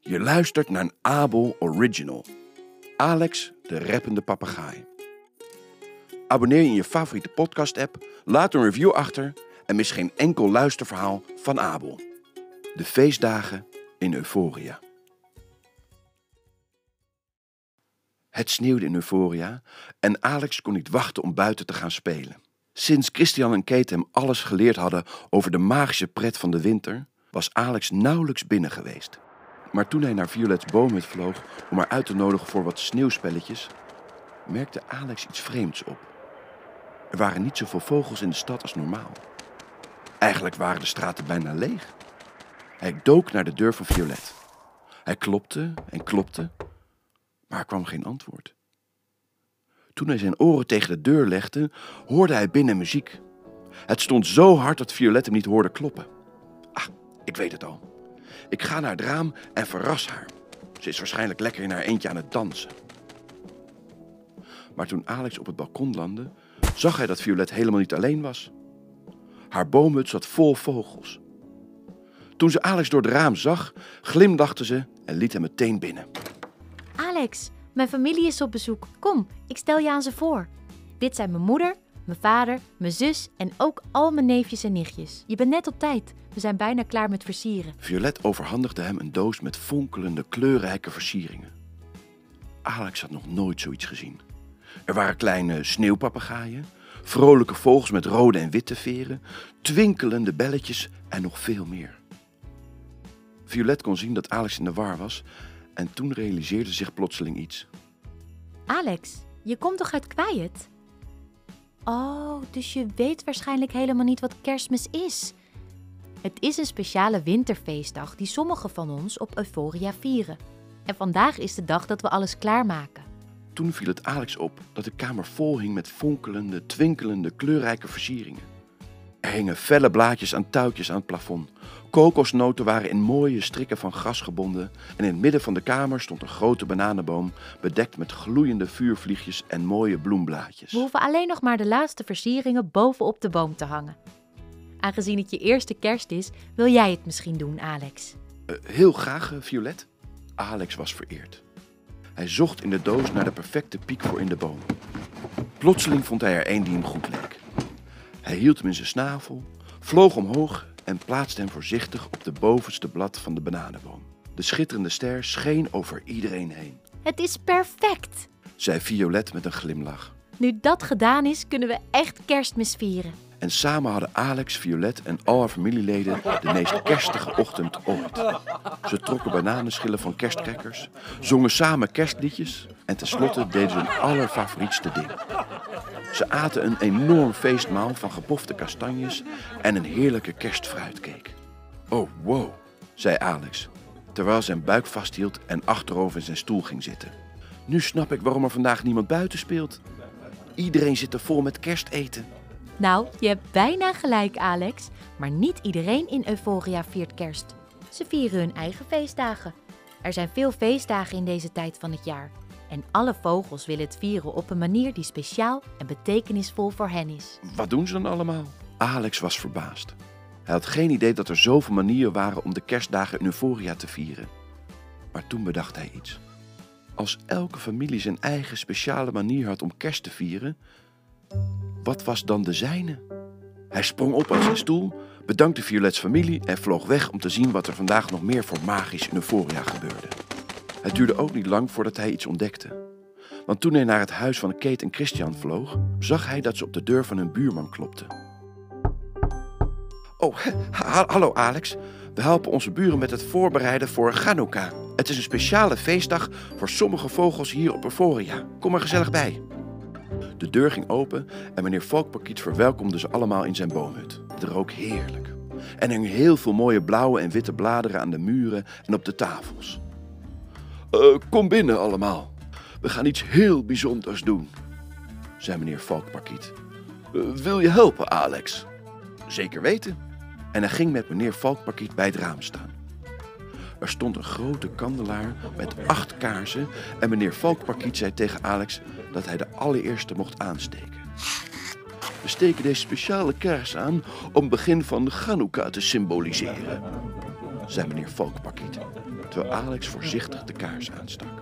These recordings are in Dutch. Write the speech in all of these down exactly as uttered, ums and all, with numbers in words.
Je luistert naar een Abel Original. Alex, de rappende papegaai. Abonneer je in je favoriete podcast-app, laat een review achter en mis geen enkel luisterverhaal van Abel. De feestdagen in Euphoria. Het sneeuwde in Euphoria en Alex kon niet wachten om buiten te gaan spelen. Sinds Christian en Kate hem alles geleerd hadden over de magische pret van de winter, was Alex nauwelijks binnen geweest. Maar toen hij naar Violet's boomhut vloog om haar uit te nodigen voor wat sneeuwspelletjes, merkte Alex iets vreemds op. Er waren niet zoveel vogels in de stad als normaal. Eigenlijk waren de straten bijna leeg. Hij dook naar de deur van Violet. Hij klopte en klopte, maar er kwam geen antwoord. Toen hij zijn oren tegen de deur legde, hoorde hij binnen muziek. Het stond zo hard dat Violet hem niet hoorde kloppen. Ah, ik weet het al. Ik ga naar het raam en verras haar. Ze is waarschijnlijk lekker in haar eentje aan het dansen. Maar toen Alex op het balkon landde, zag hij dat Violet helemaal niet alleen was. Haar boomhut zat vol vogels. Toen ze Alex door het raam zag, glimlachte ze en liet hem meteen binnen. Alex, mijn familie is op bezoek. Kom, ik stel je aan ze voor. Dit zijn mijn moeder, mijn vader, mijn zus en ook al mijn neefjes en nichtjes. Je bent net op tijd. We zijn bijna klaar met versieren. Violet overhandigde hem een doos met fonkelende, kleurrijke versieringen. Alex had nog nooit zoiets gezien. Er waren kleine sneeuwpapegaaien, vrolijke vogels met rode en witte veren, twinkelende belletjes en nog veel meer. Violet kon zien dat Alex in de war was en toen realiseerde zich plotseling iets. Alex, je komt toch uit Quiet? Oh, dus je weet waarschijnlijk helemaal niet wat Kerstmis is. Het is een speciale winterfeestdag die sommigen van ons op Euphoria vieren. En vandaag is de dag dat we alles klaarmaken. Toen viel het Alex op dat de kamer vol hing met fonkelende, twinkelende, kleurrijke versieringen. Er hingen felle blaadjes aan touwtjes aan het plafond. Kokosnoten waren in mooie strikken van gras gebonden en in het midden van de kamer stond een grote bananenboom bedekt met gloeiende vuurvliegjes en mooie bloemblaadjes. We hoeven alleen nog maar de laatste versieringen bovenop de boom te hangen. Aangezien het je eerste kerst is, wil jij het misschien doen, Alex? Uh, heel graag, uh, Violet. Alex was vereerd. Hij zocht in de doos naar de perfecte piek voor in de boom. Plotseling vond hij er een die hem goed leek. Hij hield hem in zijn snavel, vloog omhoog en plaatste hem voorzichtig op de bovenste blad van de bananenboom. De schitterende ster scheen over iedereen heen. Het is perfect, zei Violet met een glimlach. Nu dat gedaan is, kunnen we echt Kerstmis vieren. En samen hadden Alex, Violet en al haar familieleden de meest kerstige ochtend ooit. Ze trokken bananenschillen van kerstcrackers, zongen samen kerstliedjes en tenslotte deden ze hun allerfavorietste ding. Ze aten een enorm feestmaal van gepofte kastanjes en een heerlijke kerstfruitcake. Oh, wow, zei Alex, terwijl zijn buik vasthield en achterover in zijn stoel ging zitten. Nu snap ik waarom er vandaag niemand buiten speelt. Iedereen zit er vol met kersteten. Nou, je hebt bijna gelijk, Alex. Maar niet iedereen in Euphoria viert kerst. Ze vieren hun eigen feestdagen. Er zijn veel feestdagen in deze tijd van het jaar. En alle vogels willen het vieren op een manier die speciaal en betekenisvol voor hen is. Wat doen ze dan allemaal? Alex was verbaasd. Hij had geen idee dat er zoveel manieren waren om de kerstdagen in Euphoria te vieren. Maar toen bedacht hij iets. Als elke familie zijn eigen speciale manier had om kerst te vieren, wat was dan de zijne? Hij sprong op uit zijn stoel, bedankte Violets familie en vloog weg om te zien wat er vandaag nog meer voor magisch in Euphoria gebeurde. Het duurde ook niet lang voordat hij iets ontdekte. Want toen hij naar het huis van Kate en Christian vloog, zag hij dat ze op de deur van hun buurman klopten. Oh, ha- hallo Alex. We helpen onze buren met het voorbereiden voor Chanukka. Het is een speciale feestdag voor sommige vogels hier op Euphoria. Kom er gezellig bij. De deur ging open en meneer Valkparkiet verwelkomde ze allemaal in zijn boomhut. Het rook heerlijk. En er hingen heel veel mooie blauwe en witte bladeren aan de muren en op de tafels. Uh, kom binnen allemaal. We gaan iets heel bijzonders doen, zei meneer Valkparkiet. Uh, wil je helpen, Alex? Zeker weten. En hij ging met meneer Valkparkiet bij het raam staan. Er stond een grote kandelaar met acht kaarsen en meneer Valkparkiet zei tegen Alex dat hij de allereerste mocht aansteken. We steken deze speciale kaars aan om het begin van Chanukka te symboliseren. zei meneer Valkparkiet, terwijl Alex voorzichtig de kaars aanstak.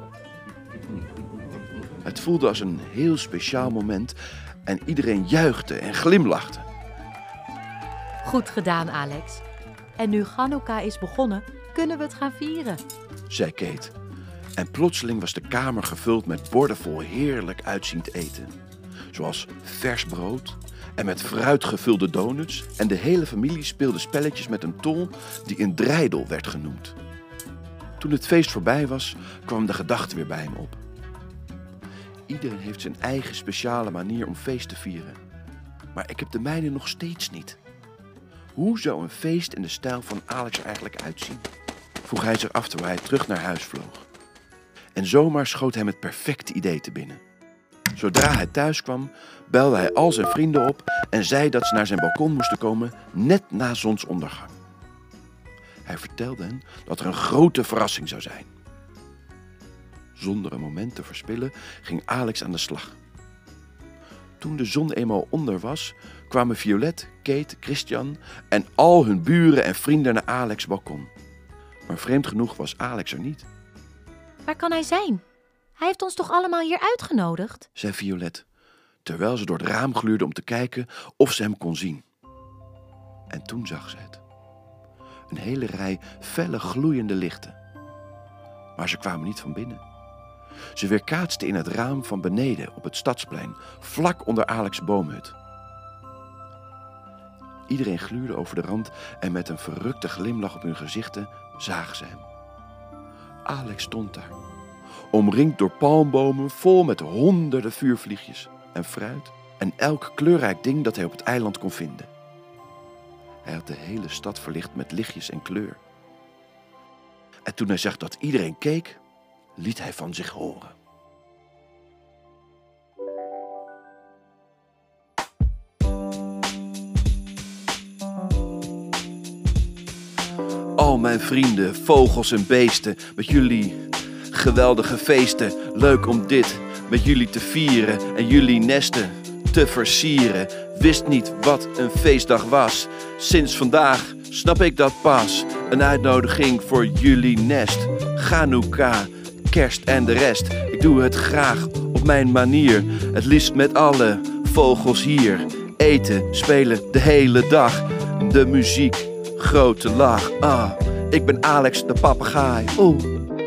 Het voelde als een heel speciaal moment en iedereen juichte en glimlachte. Goed gedaan, Alex. En nu Chanukka is begonnen, kunnen we het gaan vieren, zei Kate. En plotseling was de kamer gevuld met borden vol heerlijk uitziend eten. Zoals vers brood en met fruit gevulde donuts. En de hele familie speelde spelletjes met een tol die een dreidel werd genoemd. Toen het feest voorbij was, kwam de gedachte weer bij hem op. Iedereen heeft zijn eigen speciale manier om feest te vieren. Maar ik heb de mijne nog steeds niet. Hoe zou een feest in de stijl van Alex er eigenlijk uitzien? Vroeg hij zich af terwijl hij terug naar huis vloog. En zomaar schoot hem het perfecte idee te binnen. Zodra hij thuis kwam, belde hij al zijn vrienden op en zei dat ze naar zijn balkon moesten komen net na zonsondergang. Hij vertelde hen dat er een grote verrassing zou zijn. Zonder een moment te verspillen ging Alex aan de slag. Toen de zon eenmaal onder was, kwamen Violet, Kate, Christian en al hun buren en vrienden naar Alex' balkon. Maar vreemd genoeg was Alex er niet. Waar kan hij zijn? Hij heeft ons toch allemaal hier uitgenodigd? Zei Violet, terwijl ze door het raam gluurde om te kijken of ze hem kon zien. En toen zag ze het. Een hele rij felle gloeiende lichten. Maar ze kwamen niet van binnen. Ze weerkaatsten in het raam van beneden op het stadsplein, vlak onder Alex' boomhut. Iedereen gluurde over de rand en met een verrukte glimlach op hun gezichten zagen ze hem. Alex stond daar, omringd door palmbomen vol met honderden vuurvliegjes en fruit en elk kleurrijk ding dat hij op het eiland kon vinden. Hij had de hele stad verlicht met lichtjes en kleur. En toen hij zag dat iedereen keek, liet hij van zich horen. Al mijn vrienden, vogels en beesten, met jullie geweldige feesten. Leuk om dit met jullie te vieren en jullie nesten te versieren. Wist niet wat een feestdag was. Sinds vandaag snap ik dat pas. Een uitnodiging voor jullie nest. Chanukka, kerst en de rest. Ik doe het graag op mijn manier. Het liefst met alle vogels hier. Eten, spelen de hele dag. De muziek, grote lach. Ah, ik ben Alex de papegaai. Oeh.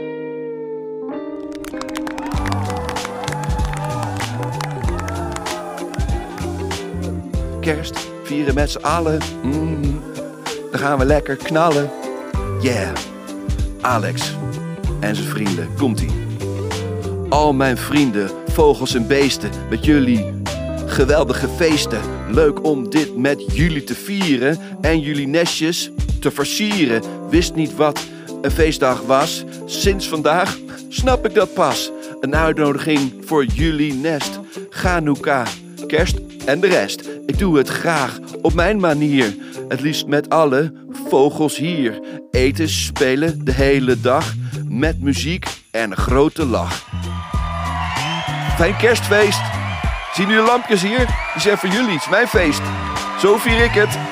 Kerst vieren met z'n allen. Mm, dan gaan we lekker knallen. Yeah. Alex en zijn vrienden. Komt-ie. Al mijn vrienden, vogels en beesten, met jullie geweldige feesten. Leuk om dit met jullie te vieren en jullie nestjes te versieren. Wist niet wat een feestdag was. Sinds vandaag snap ik dat pas. Een uitnodiging voor jullie nest. Chanukka, kerst en de rest. Ik doe het graag op mijn manier. Het liefst met alle vogels hier. Eten, spelen de hele dag. Met muziek en een grote lach. Fijn kerstfeest. Zien jullie de lampjes hier? Die zijn voor jullie. Het is mijn feest. Zo vier ik het.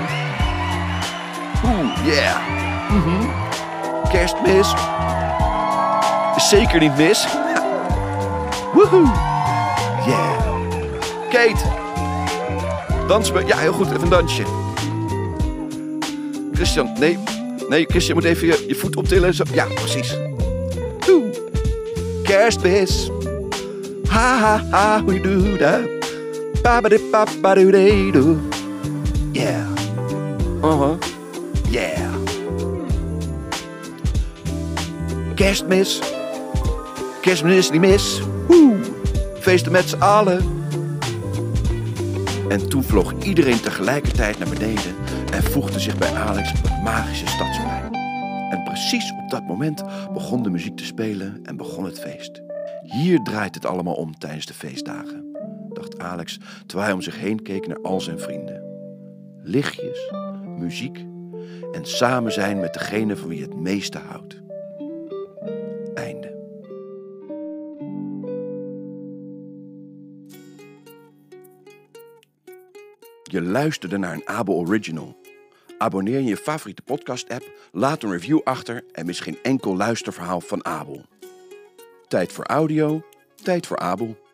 Oeh, yeah. Mm-hmm. Kerstmis. Is zeker niet mis. Woehoe. Yeah. Kate. Dans me. Ja, heel goed. Even een dansje. Christian, nee. Nee, Christian moet even je, je voet optillen. Zo. Ja, precies. Oeh. Kerstmis. Ha ha ha, we do that. Ba-ba-di-ba-ba-do-de-do. Yeah. Uh-huh. Yeah. Kerstmis. Kerstmis is niet mis. Woe. Feesten met z'n allen. En toen vloog iedereen tegelijkertijd naar beneden en voegde zich bij Alex op het magische stadsplein. En precies op dat moment begon de muziek te spelen en begon het feest. Hier draait het allemaal om tijdens de feestdagen, dacht Alex terwijl hij om zich heen keek naar al zijn vrienden. Lichtjes, muziek en samen zijn met degene van wie je het meeste houdt. Einde. Je luisterde naar een Abel Original. Abonneer je je favoriete podcast-app, laat een review achter en mis geen enkel luisterverhaal van Abel. Tijd voor audio, tijd voor Abel.